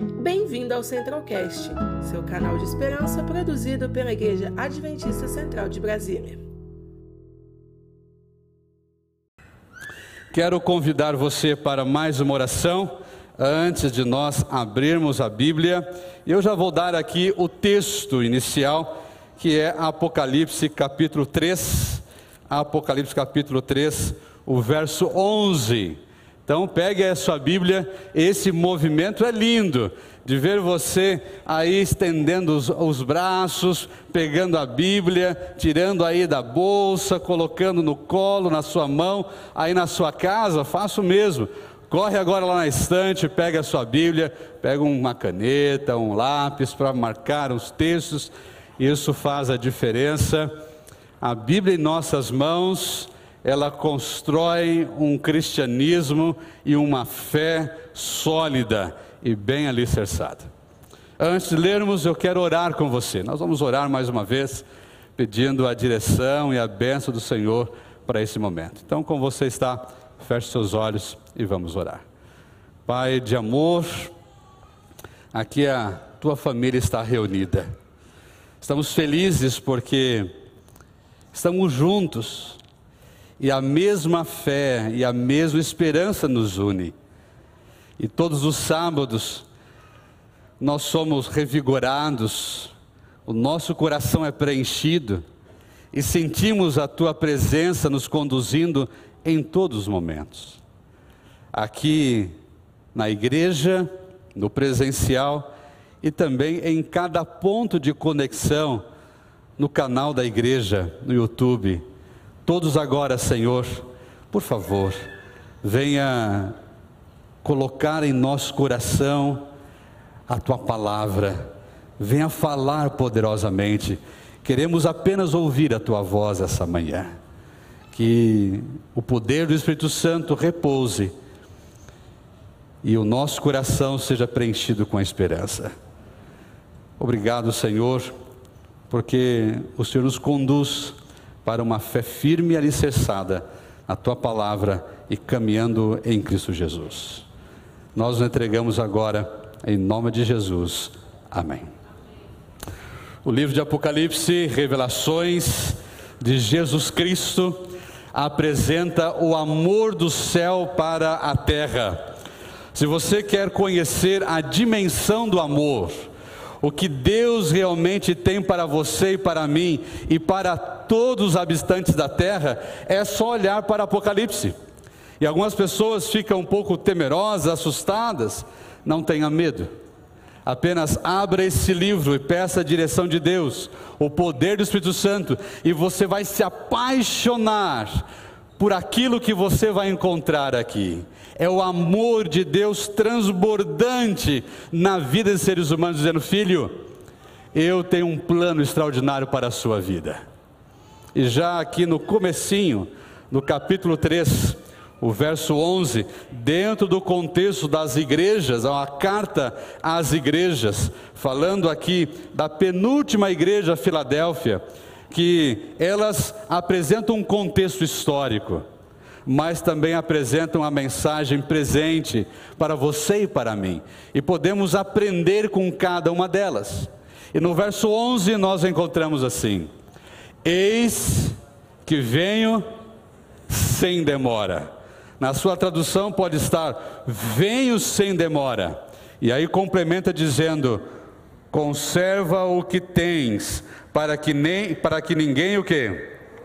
Bem-vindo ao Centralcast, seu canal de esperança produzido pela Igreja Adventista Central de Brasília. Quero convidar você para mais uma oração, antes de nós abrirmos a Bíblia. Eu já vou dar aqui o texto inicial, que é Apocalipse capítulo 3, Apocalipse capítulo 3, o verso 11. Então pegue a sua Bíblia. Esse movimento é lindo, de ver você aí estendendo os braços, pegando a Bíblia, tirando aí da bolsa, colocando no colo, na sua mão, aí na sua casa. Faça o mesmo. Corre agora lá na estante, pega a sua Bíblia, pega uma caneta, um lápis para marcar os textos. Isso faz a diferença. A Bíblia em nossas mãos, ela constrói um cristianismo e uma fé sólida e bem alicerçada. Antes de lermos, eu quero orar com você. Nós vamos orar mais uma vez, pedindo a direção e a bênção do Senhor para esse momento. Então, como você está, feche seus olhos e vamos orar. Pai de amor, aqui a tua família está reunida. Estamos felizes porque estamos juntos e a mesma fé e a mesma esperança nos une. E todos os sábados nós somos revigorados, o nosso coração é preenchido e sentimos a tua presença nos conduzindo em todos os momentos. Aqui na igreja, no presencial e também em cada ponto de conexão no canal da igreja, no YouTube. Todos agora, Senhor, por favor, venha colocar em nosso coração a tua palavra, venha falar poderosamente. Queremos apenas ouvir a tua voz essa manhã. Que o poder do Espírito Santo repouse e o nosso coração seja preenchido com a esperança. Obrigado, Senhor, porque o Senhor nos conduz para uma fé firme e alicerçada na tua palavra e caminhando em Cristo Jesus. Nós nos entregamos agora em nome de Jesus. Amém. O livro de Apocalipse, revelações de Jesus Cristo, apresenta o amor do céu para a terra. Se você quer conhecer a dimensão do amor, o que Deus realmente tem para você e para mim e para todos os habitantes da terra, é só olhar para Apocalipse. E algumas pessoas ficam um pouco temerosas, assustadas. Não tenha medo. Apenas abra esse livro e peça a direção de Deus, o poder do Espírito Santo, e você vai se apaixonar por aquilo que você vai encontrar aqui. É o amor de Deus transbordante na vida de seres humanos, dizendo: filho, eu tenho um plano extraordinário para a sua vida. E já aqui no comecinho, no capítulo 3, o verso 11, dentro do contexto das igrejas, uma carta às igrejas, falando aqui da penúltima igreja, Filadélfia, que elas apresentam um contexto histórico, mas também apresentam a mensagem presente para você e para mim, e podemos aprender com cada uma delas. E no verso 11 nós encontramos assim: eis que venho sem demora. Na sua tradução pode estar: venho sem demora. E aí complementa dizendo: conserva o que tens, para que ninguém o quê?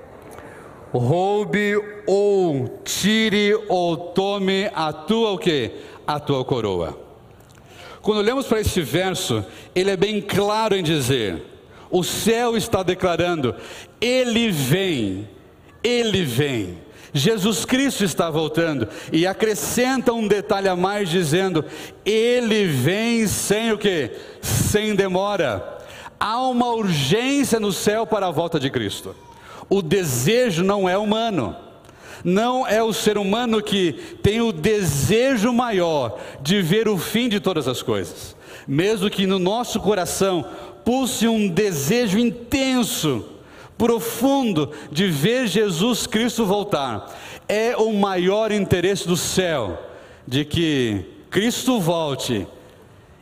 Roube ou tire ou tome a tua o quê? A tua coroa. Quando olhamos para este verso, ele é bem claro em dizer: o céu está declarando, ele vem, ele vem. Jesus Cristo está voltando, e acrescenta um detalhe a mais dizendo: ele vem sem o quê? Sem demora. Há uma urgência no céu para a volta de Cristo. O desejo não é humano, não é o ser humano que tem o desejo maior de ver o fim de todas as coisas, mesmo que no nosso coração pulse um desejo intenso, profundo, de ver Jesus Cristo voltar. É o maior interesse do céu, de que Cristo volte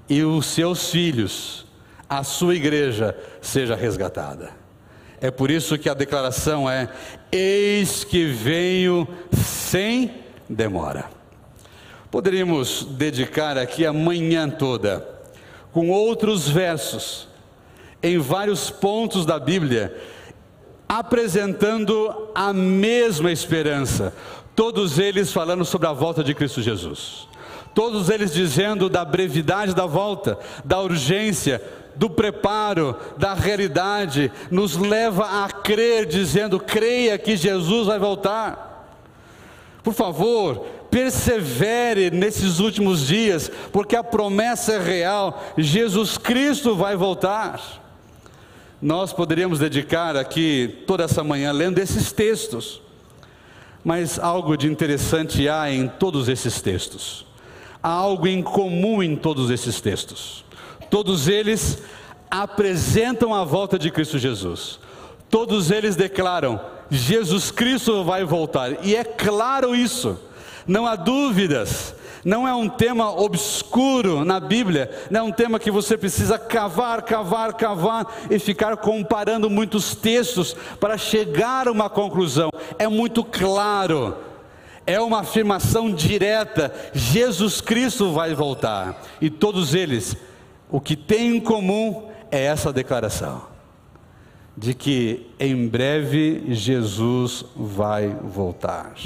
e os seus filhos, a sua igreja, seja resgatada. É por isso que a declaração é: eis que venho sem demora. Poderíamos dedicar aqui a manhã toda, com outros versos, em vários pontos da Bíblia, apresentando a mesma esperança, todos eles falando sobre a volta de Cristo Jesus, todos eles dizendo da brevidade da volta, da urgência, do preparo, da realidade, nos leva a crer, dizendo: creia que Jesus vai voltar. Por favor, persevere nesses últimos dias, porque a promessa é real, Jesus Cristo vai voltar. Nós poderíamos dedicar aqui toda essa manhã lendo esses textos, mas algo de interessante há em todos esses textos, há algo em comum em todos esses textos. Todos eles apresentam a volta de Cristo Jesus, todos eles declaram: Jesus Cristo vai voltar, e é claro isso, não há dúvidas. Não é um tema obscuro na Bíblia, não é um tema que você precisa cavar e ficar comparando muitos textos para chegar a uma conclusão. É muito claro, é uma afirmação direta: Jesus Cristo vai voltar. E todos eles, o que têm em comum é essa declaração, de que em breve Jesus vai voltar.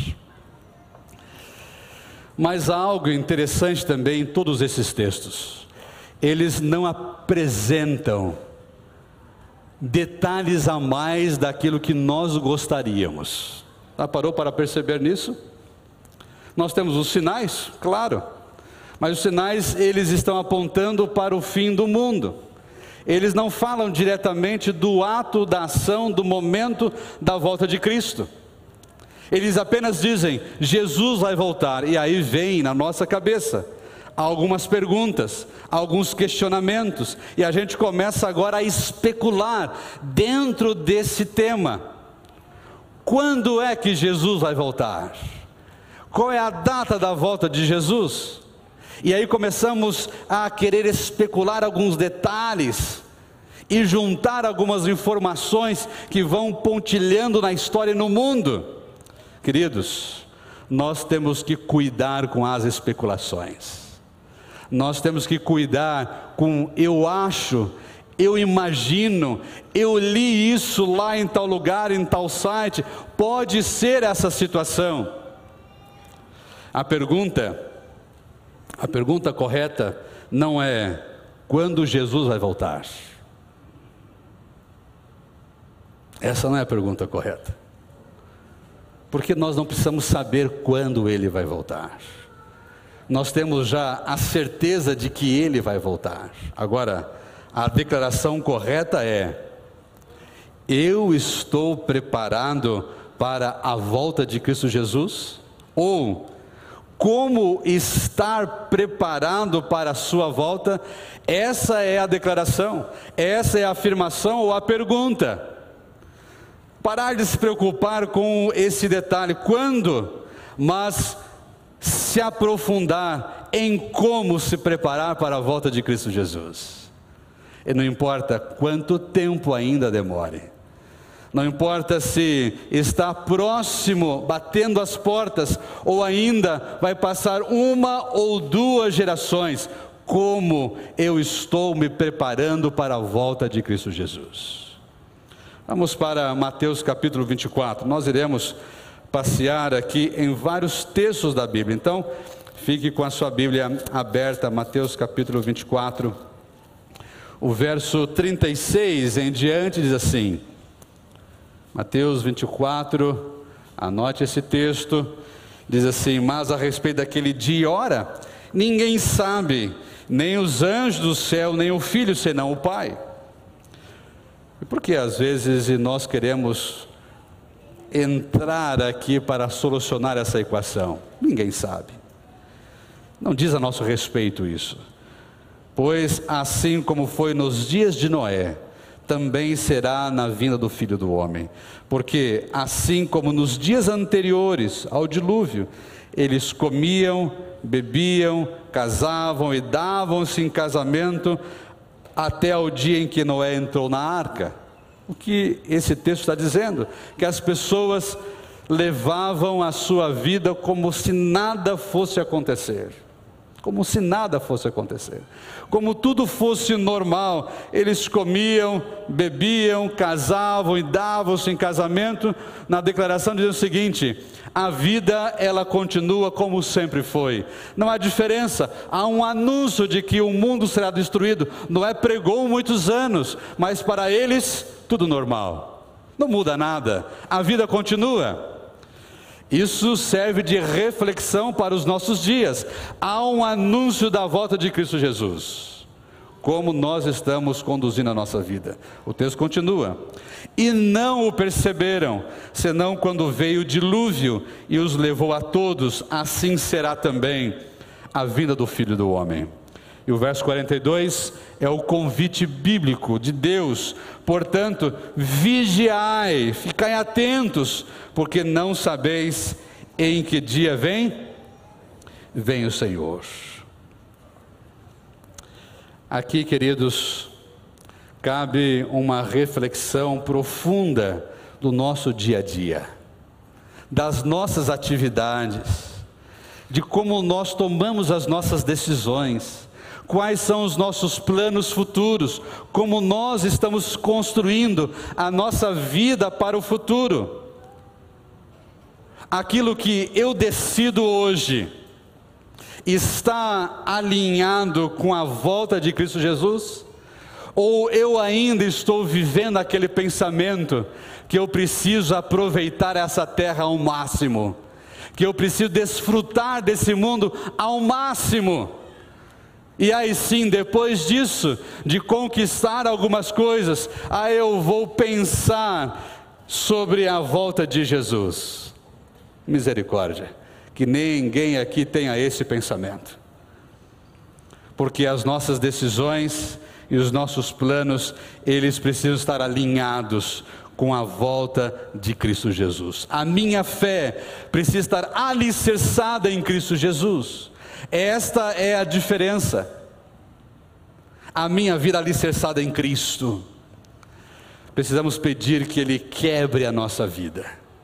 Mas há algo interessante também em todos esses textos: eles não apresentam detalhes a mais daquilo que nós gostaríamos. Já parou para perceber nisso? Nós temos os sinais, claro, mas os sinais, eles estão apontando para o fim do mundo. Eles não falam diretamente do ato, da ação, do momento da volta de Cristo. Eles apenas dizem: Jesus vai voltar. E aí vem na nossa cabeça algumas perguntas, alguns questionamentos, e a gente começa agora a especular dentro desse tema. Quando é que Jesus vai voltar? Qual é a data da volta de Jesus? E aí começamos a querer especular alguns detalhes e juntar algumas informações que vão pontilhando na história e no mundo. Queridos, nós temos que cuidar com as especulações. Nós temos que cuidar com eu acho, eu imagino, eu li isso lá em tal lugar, em tal site. Pode ser essa situação. A pergunta correta não é quando Jesus vai voltar. Essa não é a pergunta correta. Porque nós não precisamos saber quando Ele vai voltar. Nós temos já a certeza de que Ele vai voltar. Agora, a declaração correta é: eu estou preparado para a volta de Cristo Jesus? Ou, como estar preparado para a sua volta? Essa é a declaração, essa é a afirmação ou a pergunta. Parar de se preocupar com esse detalhe, quando, mas se aprofundar em como se preparar para a volta de Cristo Jesus. E não importa quanto tempo ainda demore, não importa se está próximo, batendo as portas, ou ainda vai passar 1 ou 2 gerações, como eu estou me preparando para a volta de Cristo Jesus. Vamos para Mateus capítulo 24, nós iremos passear aqui em vários textos da Bíblia, então fique com a sua Bíblia aberta, Mateus capítulo 24, o verso 36 em diante diz assim, Mateus 24, anote esse texto, diz assim: mas a respeito daquele dia e hora, ninguém sabe, nem os anjos do céu, nem o Filho, senão o Pai. E por que às vezes nós queremos entrar aqui para solucionar essa equação? Ninguém sabe, não diz a nosso respeito isso. Pois assim como foi nos dias de Noé, também será na vinda do Filho do Homem. Porque assim como nos dias anteriores ao dilúvio, eles comiam, bebiam, casavam e davam-se em casamento até o dia em que Noé entrou na arca. O que esse texto está dizendo? Que as pessoas levavam a sua vida como se nada fosse acontecer. Como se nada fosse acontecer. Como tudo fosse normal. Eles comiam, bebiam, casavam e davam-se em casamento. Na declaração diz o seguinte: a vida, ela continua como sempre foi. Não há diferença. Há um anúncio de que o mundo será destruído. Noé pregou muitos anos, mas para eles tudo normal. Não muda nada. A vida continua. Isso serve de reflexão para os nossos dias. Há um anúncio da volta de Cristo Jesus. Como nós estamos conduzindo a nossa vida? O texto continua: e não o perceberam, senão quando veio o dilúvio e os levou a todos, assim será também a vinda do Filho do Homem. E o verso 42 é o convite bíblico de Deus. Portanto, vigiai, ficai atentos, porque não sabeis em que dia vem o Senhor. Aqui, queridos, cabe uma reflexão profunda do nosso dia a dia, das nossas atividades, de como nós tomamos as nossas decisões, quais são os nossos planos futuros, como nós estamos construindo a nossa vida para o futuro. Aquilo que eu decido hoje está alinhado com a volta de Cristo Jesus? Ou eu ainda estou vivendo aquele pensamento que eu preciso aproveitar essa terra ao máximo, que eu preciso desfrutar desse mundo ao máximo? E aí sim, depois disso, de conquistar algumas coisas, aí eu vou pensar sobre a volta de Jesus. Misericórdia, que ninguém aqui tenha esse pensamento. Porque as nossas decisões e os nossos planos, eles precisam estar alinhados com a volta de Cristo Jesus. A minha fé precisa estar alicerçada em Cristo Jesus. Esta é a diferença. A minha vida alicerçada em Cristo. Precisamos pedir que Ele quebre a nossa vida.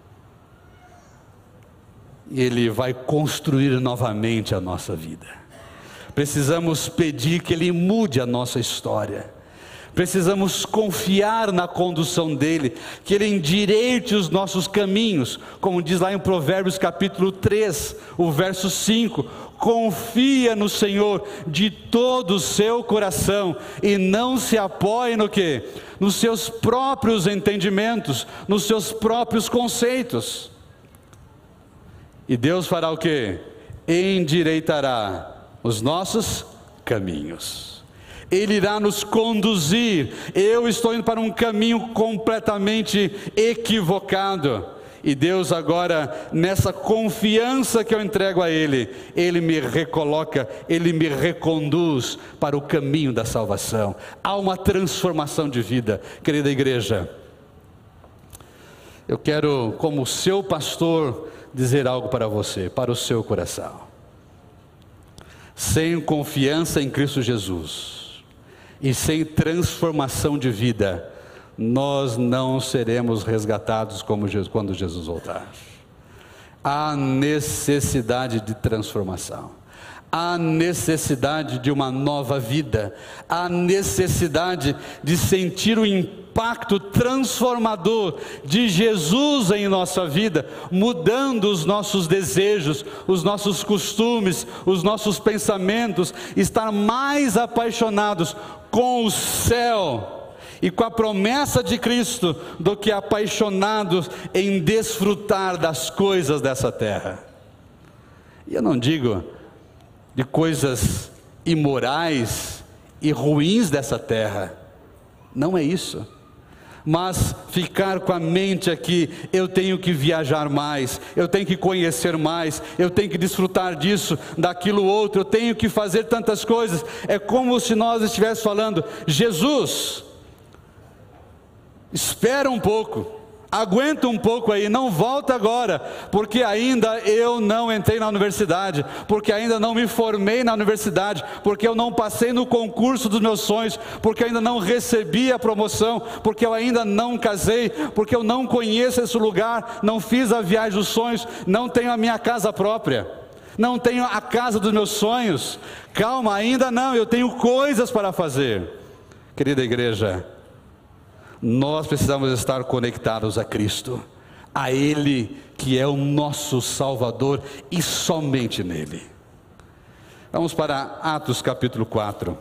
Ele vai construir novamente a nossa vida. Precisamos pedir que Ele mude a nossa história. Precisamos confiar na condução dEle, que Ele endireite os nossos caminhos, como diz lá em Provérbios capítulo 3, o verso 5, confia no Senhor de todo o seu coração, e não se apoie no quê? Nos seus próprios entendimentos, nos seus próprios conceitos. E Deus fará o quê? Endireitará os nossos caminhos. Ele irá nos conduzir. Eu estou indo para um caminho completamente equivocado. E Deus agora, nessa confiança que eu entrego a Ele, Ele me recoloca, Ele me reconduz para o caminho da salvação. Há uma transformação de vida, querida igreja. Eu quero, como seu pastor, dizer algo para você, para o seu coração. Sem confiança em Cristo Jesus e sem transformação de vida, nós não seremos resgatados quando Jesus voltar. Há necessidade de transformação, há necessidade de uma nova vida, há necessidade de sentir o impacto transformador de Jesus em nossa vida, mudando os nossos desejos, os nossos costumes, os nossos pensamentos, estar mais apaixonados com o céu e com a promessa de Cristo, do que apaixonados em desfrutar das coisas dessa terra. E eu não digo de coisas imorais e ruins dessa terra, não é isso. Mas ficar com a mente aqui, eu tenho que viajar mais, eu tenho que conhecer mais, eu tenho que desfrutar disso, daquilo outro, eu tenho que fazer tantas coisas. É como se nós estivéssemos falando: Jesus, espera um pouco, Aguenta um pouco aí, não volta agora, porque ainda eu não entrei na universidade, porque ainda não me formei na universidade, porque eu não passei no concurso dos meus sonhos, porque eu ainda não recebi a promoção, porque eu ainda não casei, porque eu não conheço esse lugar, não fiz a viagem dos sonhos, não tenho a minha casa própria, não tenho a casa dos meus sonhos. Calma, ainda não, eu tenho coisas para fazer. Querida igreja, nós precisamos estar conectados a Cristo, a Ele que é o nosso Salvador e somente nele. Vamos para Atos capítulo 4.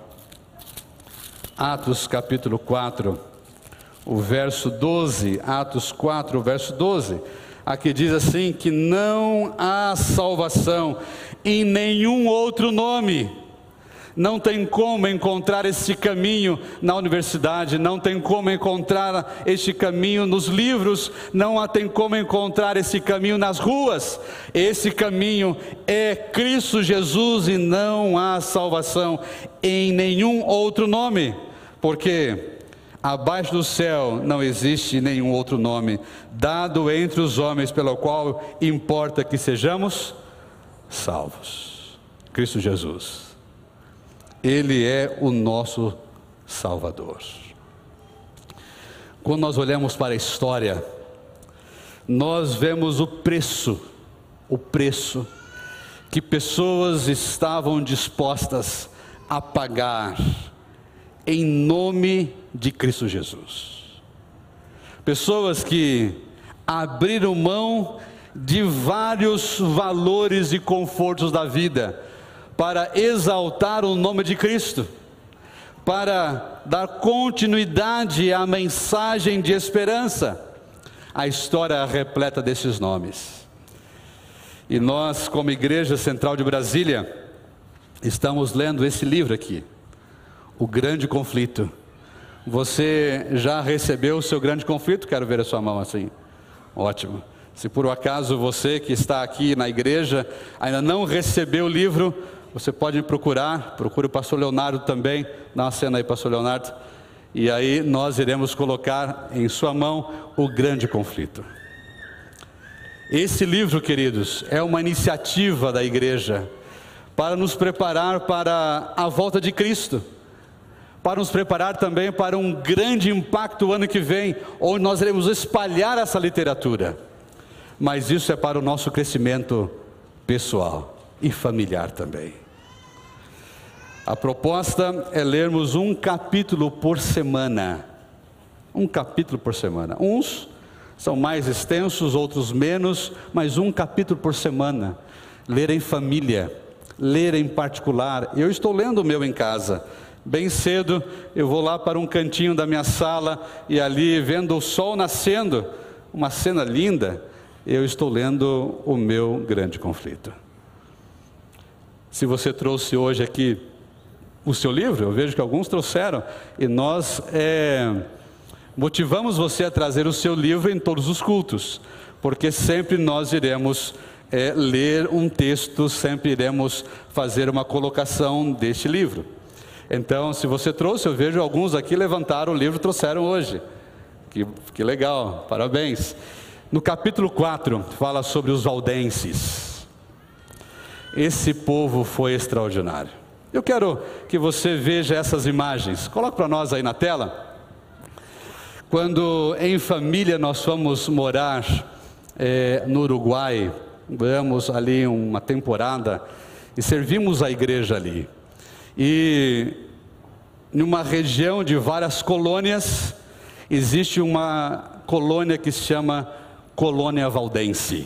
Atos capítulo 4, o verso 12. Atos 4, o verso 12. Aqui diz assim: que não há salvação em nenhum outro nome. Não tem como encontrar esse caminho na universidade, não tem como encontrar este caminho nos livros, não tem como encontrar esse caminho nas ruas. Esse caminho é Cristo Jesus e não há salvação em nenhum outro nome, porque abaixo do céu não existe nenhum outro nome dado entre os homens pelo qual importa que sejamos salvos. Cristo Jesus. Ele é o nosso Salvador. Quando nós olhamos para a história, nós vemos o preço que pessoas estavam dispostas a pagar em nome de Cristo Jesus. Pessoas que abriram mão de vários valores e confortos da vida para exaltar o nome de Cristo, para dar continuidade à mensagem de esperança. A história é repleta desses nomes. E nós, como Igreja Central de Brasília, estamos lendo esse livro aqui, O Grande Conflito. Você já recebeu o seu grande conflito? Quero ver a sua mão assim. Ótimo. Se por um acaso você que está aqui na igreja ainda não recebeu o livro, você pode me procurar, procure o pastor Leonardo também, dá uma cena aí, pastor Leonardo, e aí nós iremos colocar em sua mão O Grande Conflito. Esse livro, queridos, é uma iniciativa da igreja para nos preparar para a volta de Cristo, para nos preparar também para um grande impacto o ano que vem, onde nós iremos espalhar essa literatura, mas isso é para o nosso crescimento pessoal e familiar também. A proposta é lermos um capítulo por semana. Um capítulo por semana. Uns são mais extensos, outros menos, mas um capítulo por semana. Ler em família, ler em particular. Eu estou lendo o meu em casa. Bem cedo eu vou lá para um cantinho da minha sala e ali, vendo o sol nascendo, uma cena linda, eu estou lendo o meu Grande Conflito. Se você trouxe hoje aqui o seu livro, eu vejo que alguns trouxeram, e nós motivamos você a trazer o seu livro em todos os cultos, porque sempre nós iremos ler um texto, sempre iremos fazer uma colocação deste livro. Então, se você trouxe, eu vejo alguns aqui levantaram o livro e trouxeram hoje. Que legal, parabéns. No capítulo 4, fala sobre os valdenses. Esse povo foi extraordinário. Eu quero que você veja essas imagens. Coloca para nós aí na tela. Quando em família nós fomos morar no Uruguai, moramos ali uma temporada e servimos a igreja ali. E numa região de várias colônias, existe uma colônia que se chama Colônia Valdense.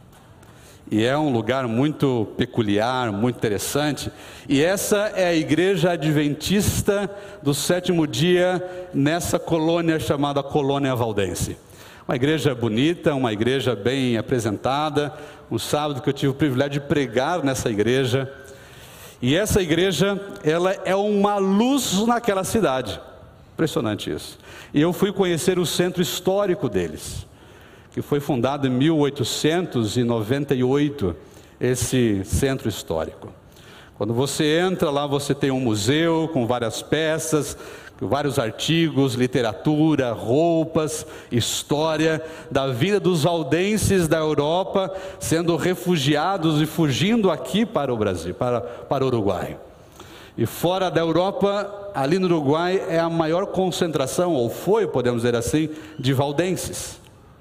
E é um lugar muito peculiar, muito interessante. E essa é a igreja adventista do sétimo dia, nessa colônia chamada Colônia Valdense. Uma igreja bonita, uma igreja bem apresentada. Um sábado que eu tive o privilégio de pregar nessa igreja. E essa igreja, ela é uma luz naquela cidade. Impressionante isso. E eu fui conhecer o centro histórico deles, que foi fundado em 1898, esse centro histórico. Quando você entra lá, você tem um museu com várias peças, vários artigos, literatura, roupas, história da vida dos valdenses da Europa, sendo refugiados e fugindo aqui para o Brasil, para o Uruguai. E fora da Europa, ali no Uruguai, é a maior concentração, ou foi, podemos dizer assim, de valdenses.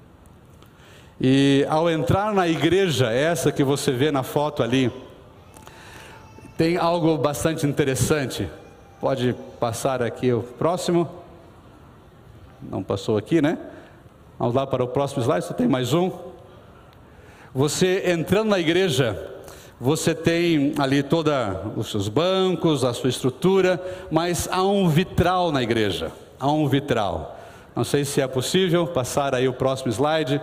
E ao entrar na igreja, essa que você vê na foto ali, tem algo bastante interessante. Pode passar aqui o próximo. Não passou aqui, né? Vamos lá para o próximo slide, só tem mais um. Você entrando na igreja, você tem ali todos os seus bancos, a sua estrutura, mas há um vitral na igreja. Há um vitral. Não sei se é possível passar aí o próximo slide.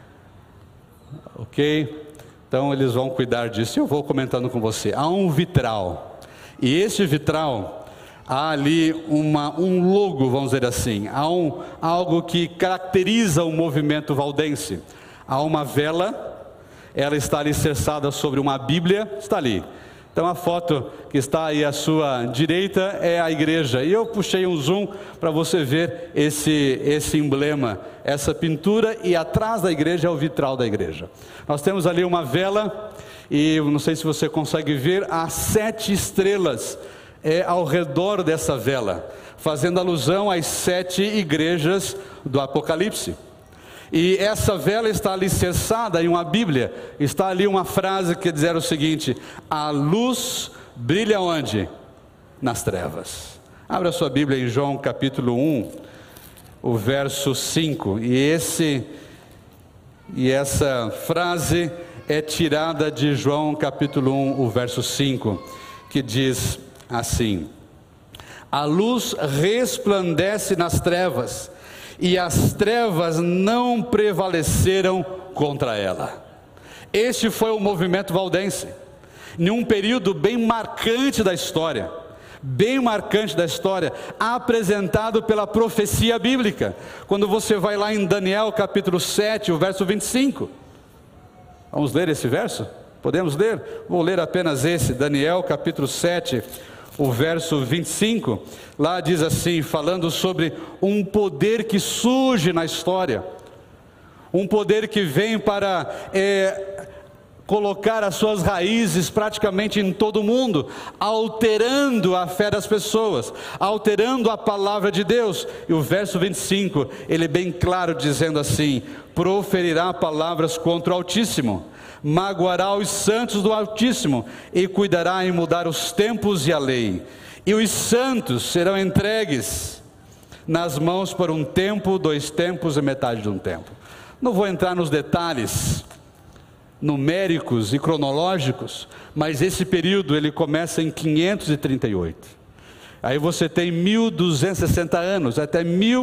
Ok? Então eles vão cuidar disso e eu vou comentando com você. Há um vitral. E esse vitral, há ali um logo, vamos dizer assim. Há algo que caracteriza o movimento valdense. Há uma vela, ela está alicerçada sobre uma Bíblia, está ali. Então a foto que está aí à sua direita é a igreja. E eu puxei um zoom para você ver esse emblema, essa pintura, e atrás da igreja é o vitral da igreja. Nós temos ali uma vela, e não sei se você consegue ver, há 7 estrelas ao redor dessa vela, fazendo alusão às 7 igrejas do Apocalipse. E essa vela está alicerçada em uma Bíblia. Está ali uma frase que diz o seguinte: a luz brilha onde? Nas trevas. Abra sua Bíblia em João capítulo 1, o verso 5. E essa frase é tirada de João capítulo 1, o verso 5, que diz assim: a luz resplandece nas trevas, e as trevas não prevaleceram contra ela. Este foi o movimento valdense, em um período bem marcante da história, apresentado pela profecia bíblica. Quando você vai lá em Daniel capítulo 7, o verso 25, vamos ler esse verso? Podemos ler? Vou ler apenas esse, Daniel capítulo 7, o verso 25, lá diz assim, falando sobre um poder que surge na história, um poder que vem para colocar as suas raízes praticamente em todo o mundo, alterando a fé das pessoas, alterando a palavra de Deus. E o verso 25, ele é bem claro, dizendo assim: proferirá palavras contra o Altíssimo, magoará os santos do Altíssimo, e cuidará em mudar os tempos e a lei, e os santos serão entregues nas mãos por um tempo, 2 tempos e metade de um tempo. Não vou entrar nos detalhes numéricos e cronológicos, mas esse período ele começa em 538, aí você tem 1260 anos, até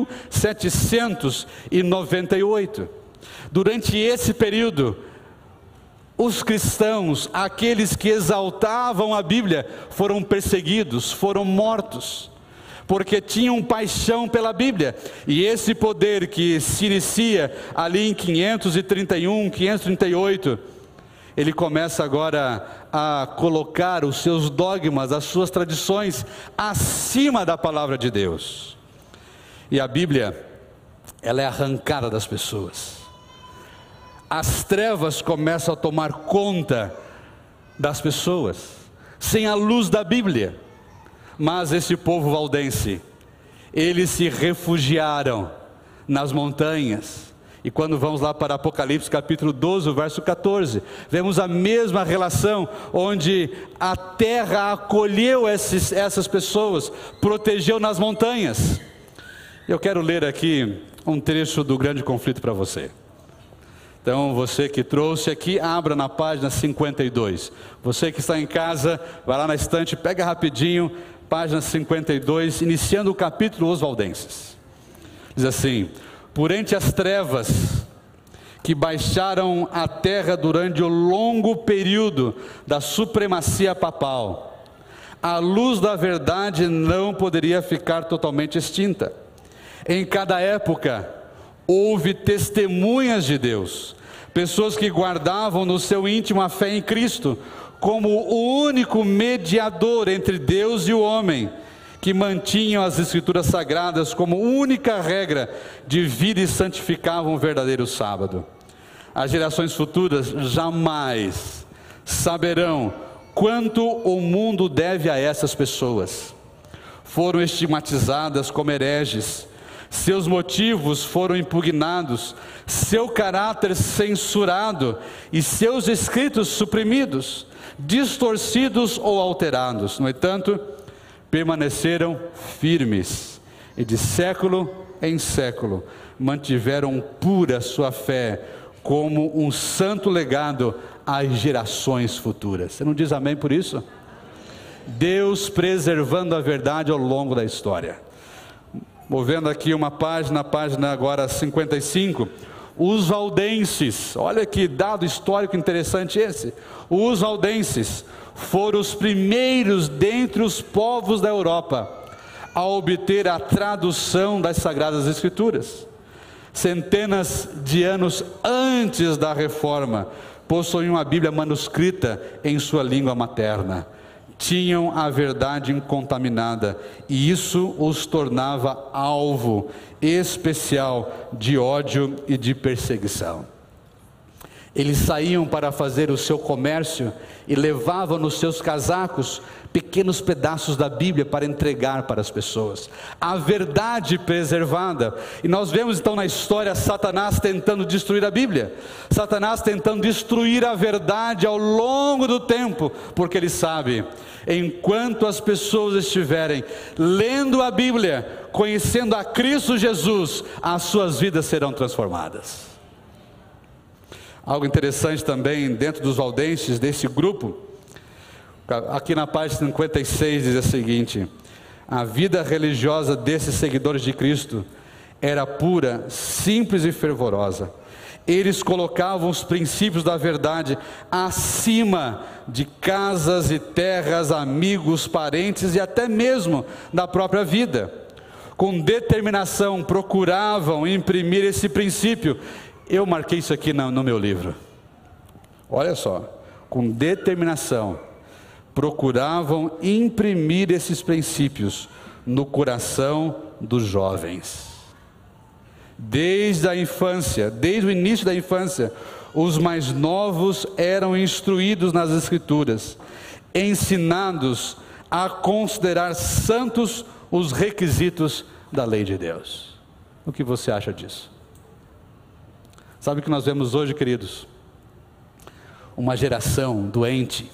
1798, durante esse período, os cristãos, aqueles que exaltavam a Bíblia, foram perseguidos, foram mortos, porque tinham paixão pela Bíblia. E esse poder que se inicia ali em 531, 538, ele começa agora a colocar os seus dogmas, as suas tradições, acima da palavra de Deus. E a Bíblia, ela é arrancada das pessoas. As trevas começam a tomar conta das pessoas, sem a luz da Bíblia. Mas esse povo valdense, eles se refugiaram nas montanhas. E quando vamos lá para Apocalipse capítulo 12, verso 14, vemos a mesma relação, onde a terra acolheu essas pessoas, protegeu nas montanhas. Eu quero ler aqui um trecho do Grande Conflito para você. Então você que trouxe aqui, abra na página 52. Você que está em casa, vai lá na estante, pega rapidinho, página 52, iniciando o capítulo Os Valdenses. Diz assim: por entre as trevas que baixaram a terra durante o longo período da supremacia papal, a luz da verdade não poderia ficar totalmente extinta. Em cada época houve testemunhas de Deus, pessoas que guardavam no seu íntimo a fé em Cristo, como o único mediador entre Deus e o homem, que mantinham as Escrituras Sagradas como única regra de vida e santificavam o verdadeiro sábado. As gerações futuras jamais saberão quanto o mundo deve a essas pessoas. Foram estigmatizadas como hereges, seus motivos foram impugnados, seu caráter censurado e seus escritos suprimidos, distorcidos ou alterados. No entanto, permaneceram firmes e de século em século mantiveram pura sua fé como um santo legado às gerações futuras. Você não diz amém por isso? Deus preservando a verdade ao longo da história. Movendo aqui uma página, a página agora 55, os valdenses, olha que dado histórico interessante esse. Os valdenses foram os primeiros dentre os povos da Europa a obter a tradução das Sagradas Escrituras. Centenas de anos antes da Reforma, possuíam a Bíblia manuscrita em sua língua materna. Tinham a verdade incontaminada, e isso os tornava alvo especial de ódio e de perseguição. Eles saíam para fazer o seu comércio e levavam nos seus casacos pequenos pedaços da Bíblia para entregar para as pessoas. A verdade preservada. E nós vemos então na história Satanás tentando destruir a Bíblia. Satanás tentando destruir a verdade ao longo do tempo, porque ele sabe, enquanto as pessoas estiverem lendo a Bíblia, conhecendo a Cristo Jesus, as suas vidas serão transformadas. Algo interessante também dentro dos valdenses, desse grupo, aqui na página 56 diz o seguinte: a vida religiosa desses seguidores de Cristo era pura, simples e fervorosa. Eles colocavam os princípios da verdade acima de casas e terras, amigos, parentes e até mesmo da própria vida. Com determinação procuravam imprimir esse princípio. Eu marquei isso aqui no meu livro. Olha só, com determinação procuravam imprimir esses princípios no coração dos jovens. Desde a infância, desde o início da infância, os mais novos eram instruídos nas Escrituras, ensinados a considerar santos os requisitos da lei de Deus. O que você acha disso? Sabe o que nós vemos hoje, queridos? Uma geração doente,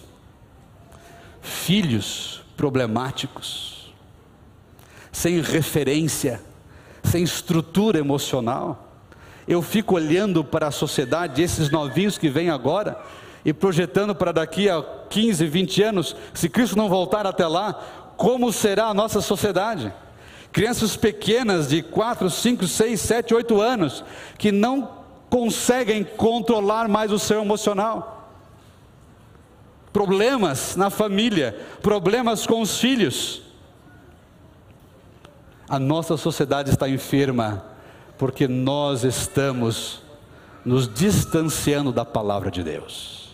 filhos problemáticos, sem referência, sem estrutura emocional. Eu fico olhando para a sociedade, esses novinhos que vêm agora, e projetando para daqui a 15, 20 anos, se Cristo não voltar até lá, como será a nossa sociedade? Crianças pequenas de 4, 5, 6, 7, 8 anos, que não conseguem controlar mais o seu emocional. Problemas na família, problemas com os filhos. A nossa sociedade está enferma, porque nós estamos nos distanciando da palavra de Deus.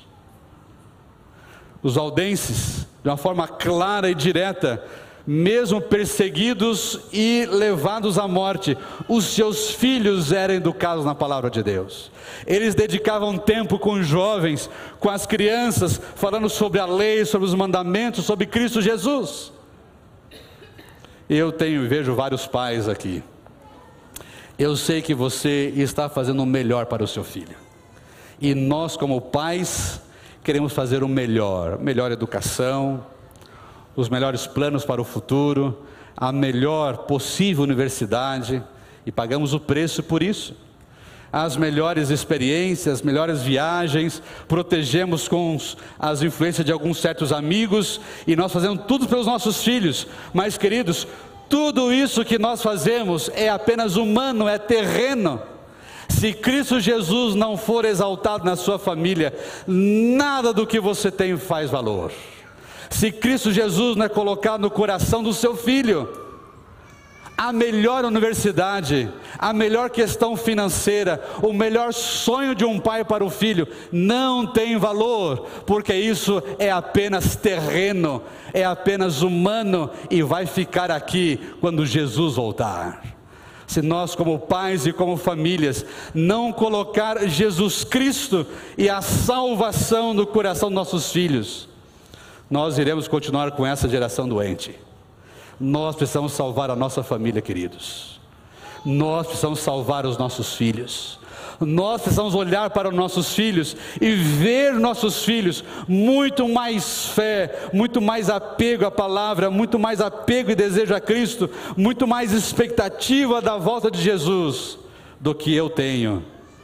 Os valdenses, de uma forma clara e direta, mesmo perseguidos e levados à morte, os seus filhos eram educados na palavra de Deus. Eles dedicavam tempo com os jovens, com as crianças, falando sobre a lei, sobre os mandamentos, sobre Cristo Jesus. Eu vejo vários pais aqui. Eu sei que você está fazendo o melhor para o seu filho. E nós, como pais, queremos fazer o melhor educação, os melhores planos para o futuro, a melhor possível universidade, e pagamos o preço por isso. As melhores experiências, as melhores viagens, protegemos com as influências de alguns certos amigos, e nós fazemos tudo pelos nossos filhos. Mas, queridos, tudo isso que nós fazemos é apenas humano, é terreno. Se Cristo Jesus não for exaltado na sua família, nada do que você tem faz valor. Se Cristo Jesus não é colocado no coração do seu filho, a melhor universidade, a melhor questão financeira, o melhor sonho de um pai para o filho, não tem valor, porque isso é apenas terreno, é apenas humano e vai ficar aqui quando Jesus voltar. Se nós, como pais e como famílias, não colocar Jesus Cristo e a salvação no coração dos nossos filhos, nós iremos continuar com essa geração doente. Nós precisamos salvar a nossa família, queridos. Nós precisamos salvar os nossos filhos. Nós precisamos olhar para os nossos filhos e ver nossos filhos muito mais fé, muito mais apego à palavra, muito mais apego e desejo a Cristo, muito mais expectativa da volta de Jesus do que eu tenho.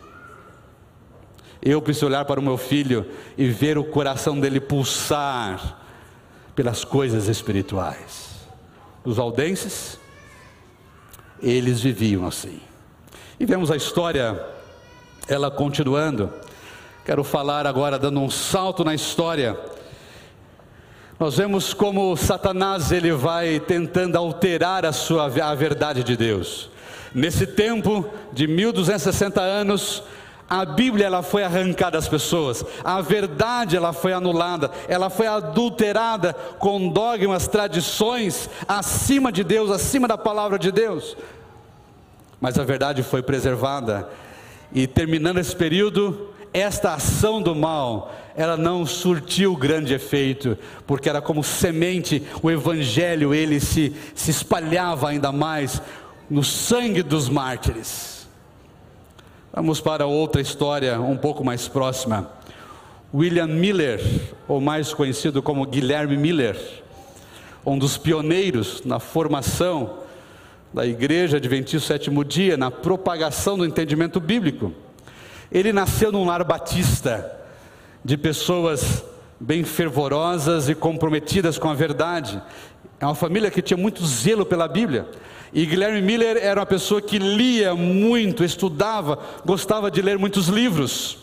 Eu preciso olhar para o meu filho e ver o coração dele pulsar pelas coisas espirituais. Os valdenses, eles viviam assim. E vemos a história, ela continuando. Quero falar agora, dando um salto na história. Nós vemos como Satanás, ele vai tentando alterar a verdade de Deus. Nesse tempo de 1260 anos, a Bíblia ela foi arrancada das pessoas, a verdade ela foi anulada, ela foi adulterada com dogmas, tradições acima de Deus, acima da palavra de Deus. Mas a verdade foi preservada, e terminando esse período, esta ação do mal, ela não surtiu grande efeito, porque era como semente, o evangelho ele se espalhava ainda mais no sangue dos mártires. Vamos para outra história um pouco mais próxima. William Miller, ou mais conhecido como Guilherme Miller, um dos pioneiros na formação da Igreja Adventista do Sétimo Dia, na propagação do entendimento bíblico. Ele nasceu num lar batista, de pessoas bem fervorosas e comprometidas com a verdade. É uma família que tinha muito zelo pela Bíblia. E Guilherme Miller era uma pessoa que lia muito, estudava, gostava de ler muitos livros.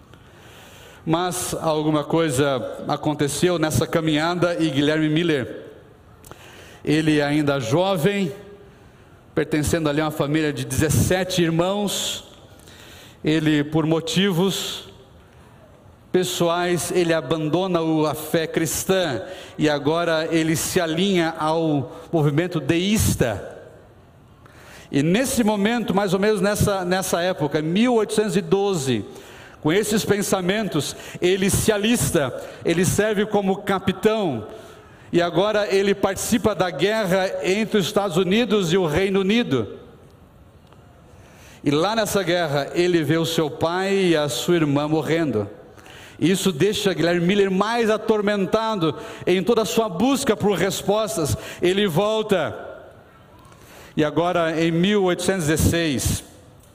Mas alguma coisa aconteceu nessa caminhada e Guilherme Miller, ele ainda jovem, pertencendo ali a uma família de 17 irmãos, ele por motivos pessoais, ele abandona a fé cristã e agora ele se alinha ao movimento deísta. E nesse momento, mais ou menos nessa época, 1812, com esses pensamentos, ele se alista, ele serve como capitão, e agora ele participa da guerra entre os Estados Unidos e o Reino Unido. E lá nessa guerra, ele vê o seu pai e a sua irmã morrendo. Isso deixa Guilherme Miller mais atormentado em toda a sua busca por respostas. Ele volta. E agora em 1816,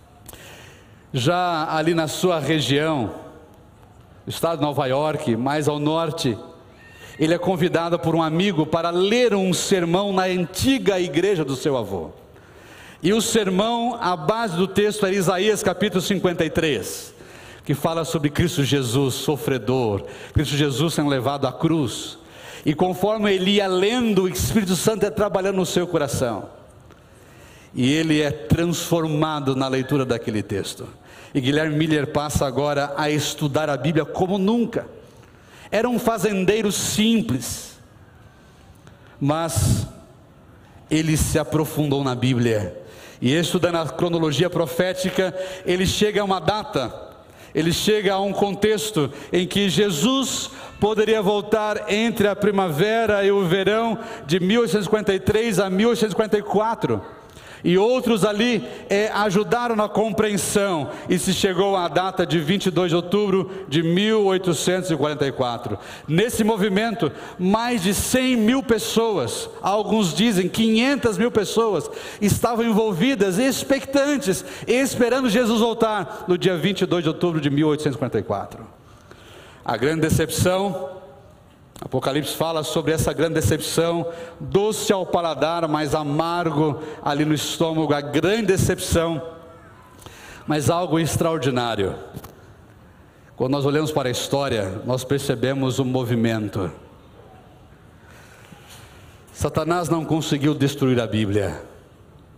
já ali na sua região, estado de Nova York, mais ao norte, ele é convidado por um amigo para ler um sermão na antiga igreja do seu avô. E o sermão, a base do texto é Isaías capítulo 53, que fala sobre Cristo Jesus sofredor, Cristo Jesus sendo levado à cruz. E conforme ele ia lendo, o Espírito Santo é trabalhando no seu coração. E ele é transformado na leitura daquele texto. E Guilherme Miller passa agora a estudar a Bíblia como nunca. Era um fazendeiro simples, mas ele se aprofundou na Bíblia. E estudando a cronologia profética, ele chega a uma data, ele chega a um contexto em que Jesus poderia voltar entre a primavera e o verão de 1853 a 1854. E outros ali ajudaram na compreensão, e se chegou à data de 22 de outubro de 1844. Nesse movimento, mais de 100 mil pessoas, alguns dizem 500 mil pessoas, estavam envolvidas, expectantes, esperando Jesus voltar no dia 22 de outubro de 1844. A grande decepção, Apocalipse fala sobre essa grande decepção, doce ao paladar, mas amargo ali no estômago, a grande decepção, mas algo extraordinário. Quando nós olhamos para a história, nós percebemos um movimento. Satanás não conseguiu destruir a Bíblia,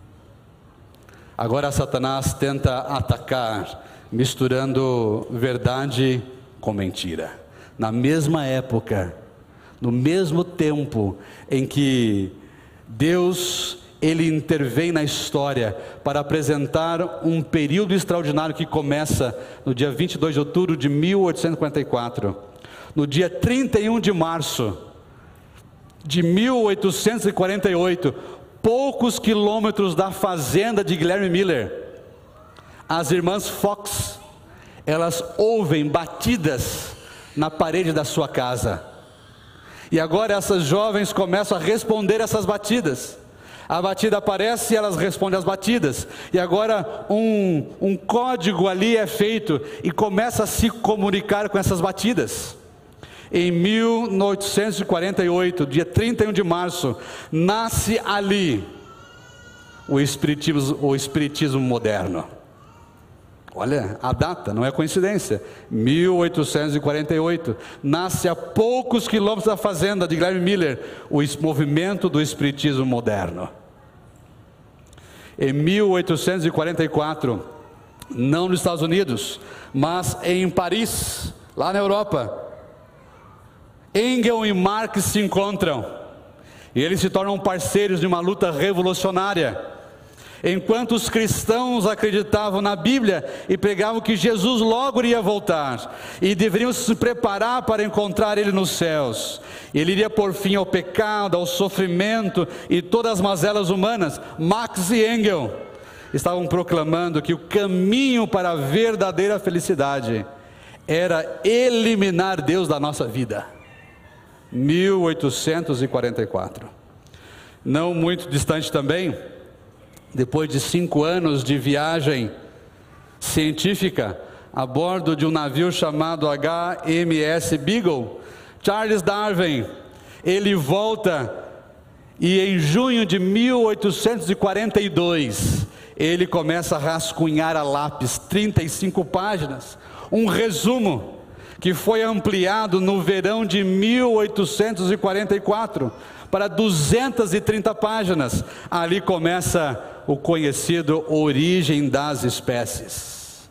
Agora Satanás tenta atacar, misturando verdade com mentira. Na mesma época, no mesmo tempo em que Deus, Ele intervém na história para apresentar um período extraordinário que começa no dia 22 de outubro de 1854. No dia 31 de março de 1848, poucos quilômetros da fazenda de Guilherme Miller, as irmãs Fox, elas ouvem batidas na parede da sua casa. E agora essas jovens começam a responder essas batidas. A batida aparece e elas respondem às batidas. E agora um código ali é feito e começa a se comunicar com essas batidas. Em 1848, dia 31 de março, nasce ali o espiritismo moderno. Olha, a data não é coincidência, 1848, nasce a poucos quilômetros da fazenda de Guilherme Miller, o movimento do espiritismo moderno. Em 1844, não nos Estados Unidos, mas em Paris, lá na Europa, Engels e Marx se encontram, e eles se tornam parceiros de uma luta revolucionária. Enquanto os cristãos acreditavam na Bíblia e pregavam que Jesus logo iria voltar e deveriam se preparar para encontrar Ele nos céus, Ele iria pôr fim ao pecado, ao sofrimento e todas as mazelas humanas, Marx e Engels estavam proclamando que o caminho para a verdadeira felicidade era eliminar Deus da nossa vida. 1844. Não muito distante também, depois de 5 anos de viagem científica a bordo de um navio chamado HMS Beagle, Charles Darwin, ele volta e em junho de 1842 ele começa a rascunhar a lápis 35 páginas, um resumo que foi ampliado no verão de 1844 para 230 páginas. Ali começa o conhecido Origem das Espécies.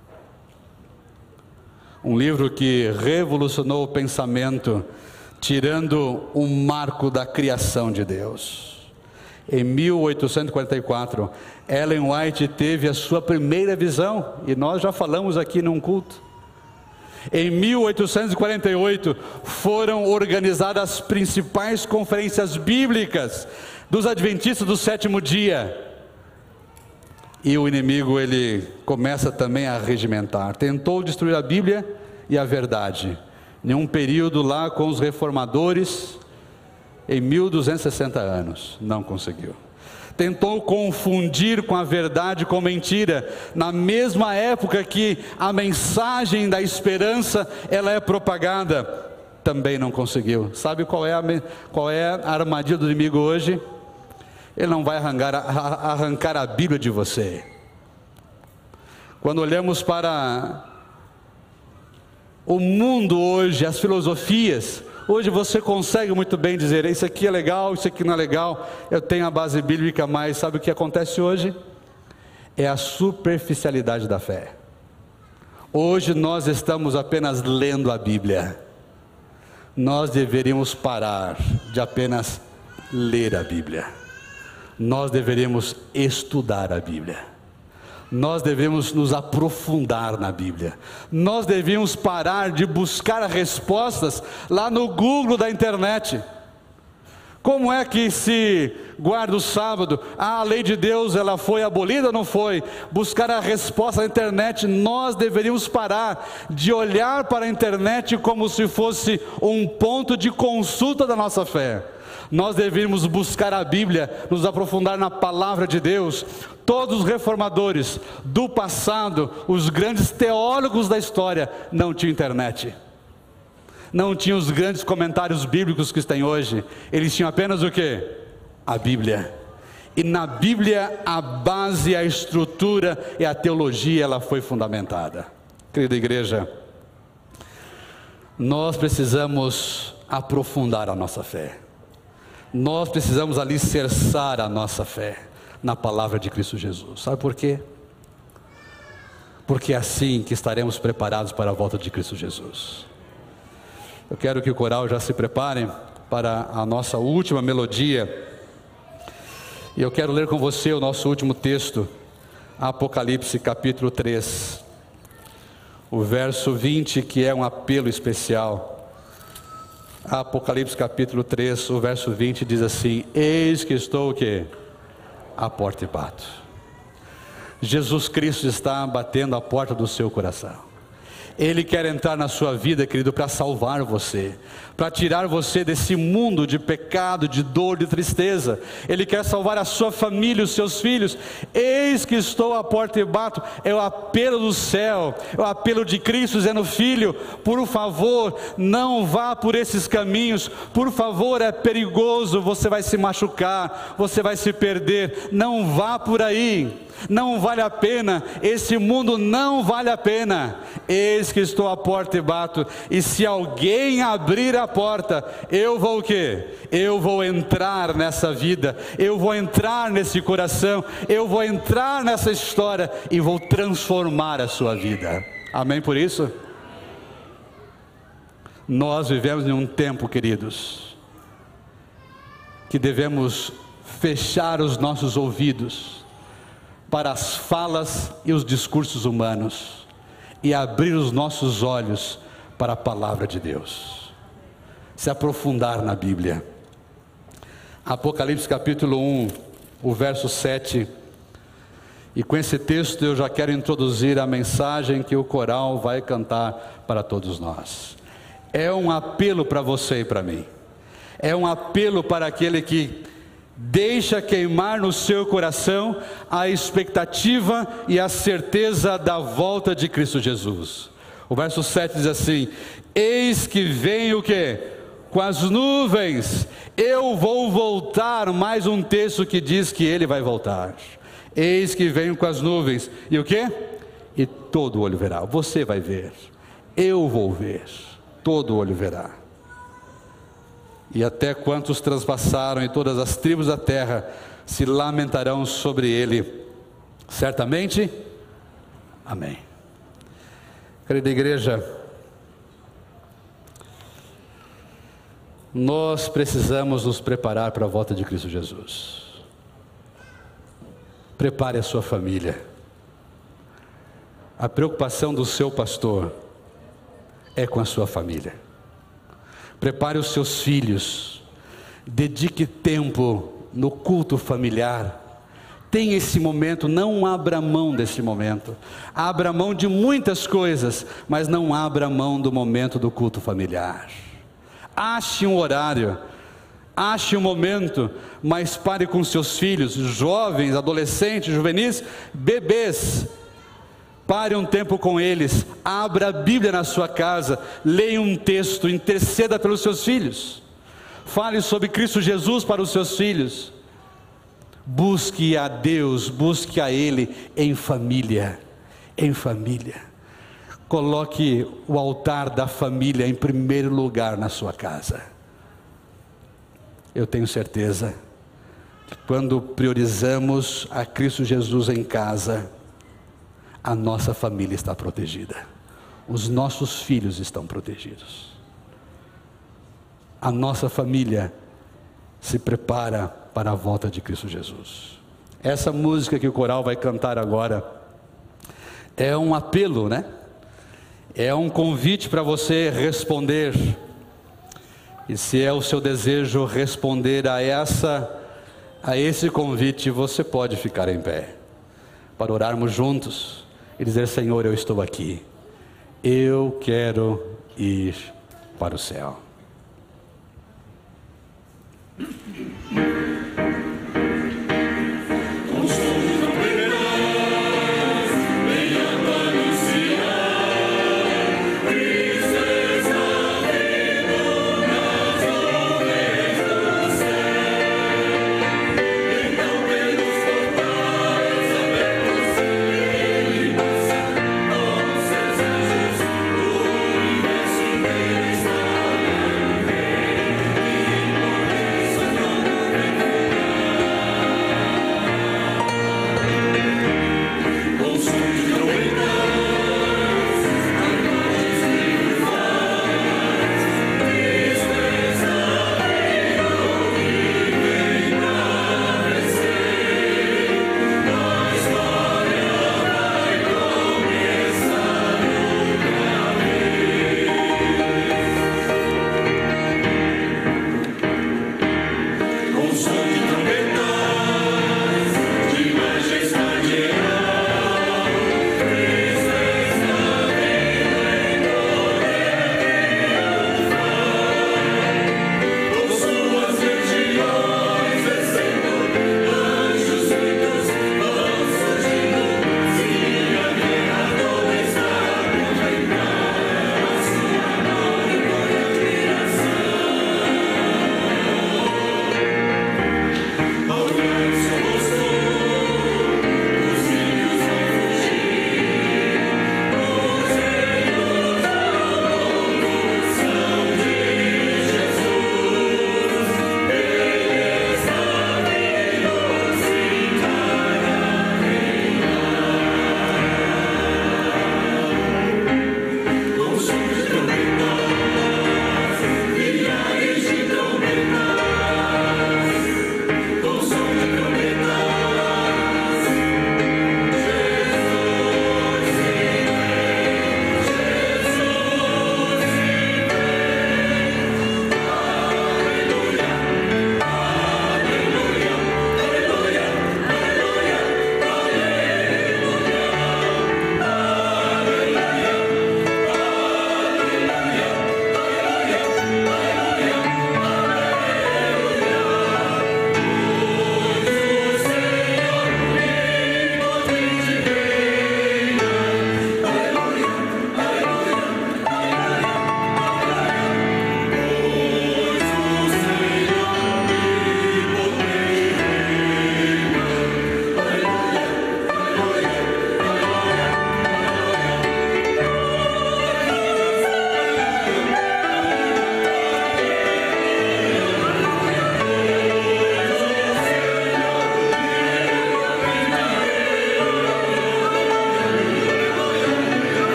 Um livro que revolucionou o pensamento, tirando o marco da criação de Deus. Em 1844, Ellen White teve a sua primeira visão, e nós já falamos aqui num culto. Em 1848, foram organizadas as principais conferências bíblicas dos adventistas do sétimo dia. E o inimigo, ele começa também a regimentar. Tentou destruir a Bíblia e a verdade. Em um período lá com os reformadores, em 1260 anos, não conseguiu. Tentou confundir com a verdade com mentira, na mesma época que a mensagem da esperança, ela é propagada, também não conseguiu. Sabe qual é a armadilha do inimigo hoje? Ele não vai arrancar a Bíblia de você. Quando olhamos para o mundo hoje, as filosofias, hoje você consegue muito bem dizer, isso aqui é legal, isso aqui não é legal, eu tenho a base bíblica, mas sabe o que acontece hoje? É a superficialidade da fé. Hoje nós estamos apenas lendo a Bíblia. Nós deveríamos parar de apenas ler a Bíblia. Nós deveríamos estudar a Bíblia. Nós devemos nos aprofundar na Bíblia. Nós devíamos parar de buscar respostas lá no Google da internet. Como é que se guarda o sábado? A lei de Deus, ela foi abolida ou não foi? Buscar a resposta na internet. Nós deveríamos parar de olhar para a internet como se fosse um ponto de consulta da nossa fé. Nós deveríamos buscar a Bíblia, nos aprofundar na palavra de Deus. Todos os reformadores do passado, os grandes teólogos da história, não tinham internet. Não tinham os grandes comentários bíblicos que tem hoje. Eles tinham apenas o quê? A Bíblia. E na Bíblia a base, a estrutura e a teologia, ela foi fundamentada. Querida igreja, nós precisamos aprofundar a nossa fé. Nós precisamos alicerçar a nossa fé. na palavra de Cristo Jesus. Sabe por quê? Porque é assim que estaremos preparados para a volta de Cristo Jesus. Eu quero que o coral já se prepare para a nossa última melodia. E eu quero ler com você o nosso último texto, Apocalipse capítulo 3, o verso 20, que é um apelo especial. Apocalipse capítulo 3, o verso 20 diz assim: eis que estou o quê? À porta e bato. Jesus Cristo está batendo a porta do seu coração. Ele quer entrar na sua vida, querido, para salvar você, para tirar você desse mundo de pecado, de dor, de tristeza. Ele quer salvar a sua família, os seus filhos. Eis que estou à porta e bato. É o apelo do céu, é o apelo de Cristo dizendo: filho, por favor, não vá por esses caminhos, por favor, é perigoso, você vai se machucar, você vai se perder, não vá por aí. Não vale a pena, esse mundo não vale a pena. Eis que estou à porta e bato, e se alguém abrir a porta, eu vou o quê? Eu vou entrar nessa vida, eu vou entrar nesse coração, eu vou entrar nessa história e vou transformar a sua vida. Amém por isso? Nós vivemos em um tempo, queridos, que devemos fechar os nossos ouvidos para as falas e os discursos humanos e abrir os nossos olhos para a palavra de Deus, se aprofundar na Bíblia. Apocalipse capítulo 1, o verso 7, e com esse texto eu já quero introduzir a mensagem que o coral vai cantar para todos nós. É um apelo para você e para mim, é um apelo para aquele que deixa queimar no seu coração a expectativa e a certeza da volta de Cristo Jesus. O verso 7 diz assim: eis que vem o quê? Com as nuvens, eu vou voltar. Mais um texto que diz que ele vai voltar. Eis que venho com as nuvens, e o quê? E todo olho verá. Você vai ver, eu vou ver, todo olho verá. E até quantos transpassaram em todas as tribos da terra se lamentarão sobre ele, certamente. Amém. Querida igreja, nós precisamos nos preparar para a volta de Cristo Jesus. Prepare a sua família. A preocupação do seu pastor é com a sua família. Prepare os seus filhos, dedique tempo no culto familiar. Tenha esse momento, não abra mão desse momento. Abra mão de muitas coisas, mas não abra mão do momento do culto familiar. Ache um horário, ache um momento, mas pare com seus filhos, jovens, adolescentes, juvenis, bebês. Pare um tempo com eles, abra a Bíblia na sua casa, leia um texto, interceda pelos seus filhos, fale sobre Cristo Jesus para os seus filhos, busque a Deus, busque a Ele em família, coloque o altar da família em primeiro lugar na sua casa. Eu tenho certeza que quando priorizamos a Cristo Jesus em casa, a nossa família está protegida, os nossos filhos estão protegidos, a nossa família se prepara para a volta de Cristo Jesus. Essa música que o coral vai cantar agora é um apelo, né? É um convite para você responder, e se é o seu desejo responder a esse convite, você pode ficar em pé, para orarmos juntos e dizer: Senhor, eu estou aqui, eu quero ir para o céu.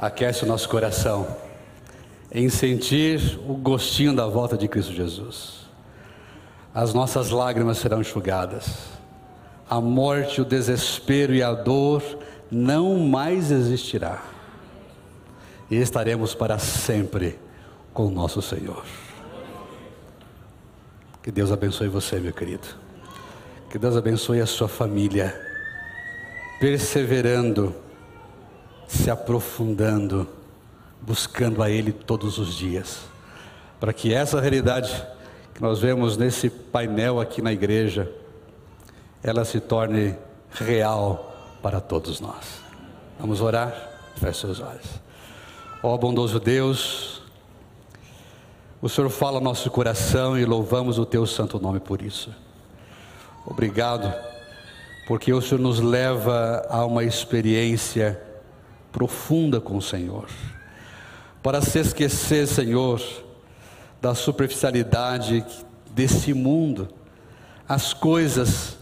aquece o nosso coração em sentir o gostinho da volta de Cristo Jesus. As nossas lágrimas serão enxugadas. A morte, o desespero e a dor não mais existirá. E estaremos para sempre com o nosso Senhor. Que Deus abençoe você, meu querido. Que Deus abençoe a sua família, perseverando, se aprofundando, buscando a Ele todos os dias, para que essa realidade que nós vemos nesse painel aqui na igreja, ela se torne real para todos nós. Vamos orar? Feche seus olhos. Ó bondoso Deus, o Senhor fala ao nosso coração e louvamos o Teu santo nome por isso. Obrigado, porque o Senhor nos leva a uma experiência profunda com o Senhor, para se esquecer, Senhor, da superficialidade desse mundo, as coisas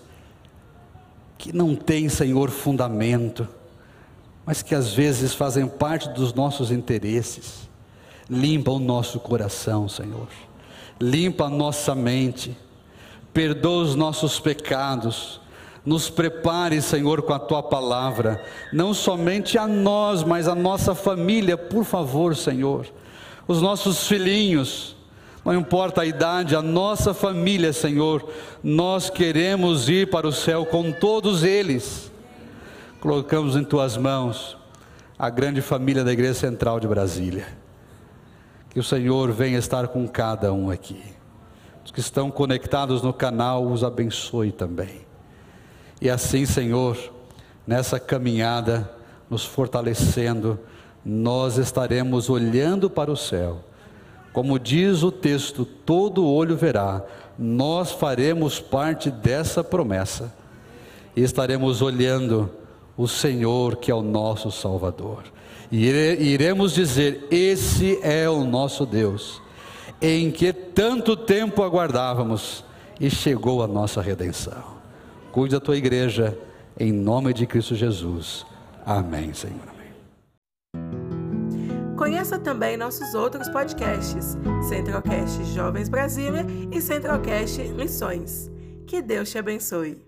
que não têm, Senhor, fundamento, mas que às vezes fazem parte dos nossos interesses. Limpa o nosso coração, Senhor, limpa a nossa mente, perdoa os nossos pecados, nos prepare, Senhor, com a Tua palavra, não somente a nós, mas a nossa família, por favor, Senhor, os nossos filhinhos, não importa a idade, a nossa família, Senhor, nós queremos ir para o céu com todos eles. Colocamos em Tuas mãos a grande família da Igreja Central de Brasília. Que o Senhor venha estar com cada um aqui. Os que estão conectados no canal, os abençoe também. E assim, Senhor, nessa caminhada, nos fortalecendo, nós estaremos olhando para o céu. Como diz o texto, todo olho verá, nós faremos parte dessa promessa. E estaremos olhando o Senhor, que é o nosso Salvador. E iremos dizer: esse é o nosso Deus, em que tanto tempo aguardávamos, e chegou a nossa redenção. Cuide da Tua igreja, em nome de Cristo Jesus. Amém, Senhor. Amém. Conheça também nossos outros podcasts, Centralcast Jovens Brasília e Centralcast Missões. Que Deus te abençoe.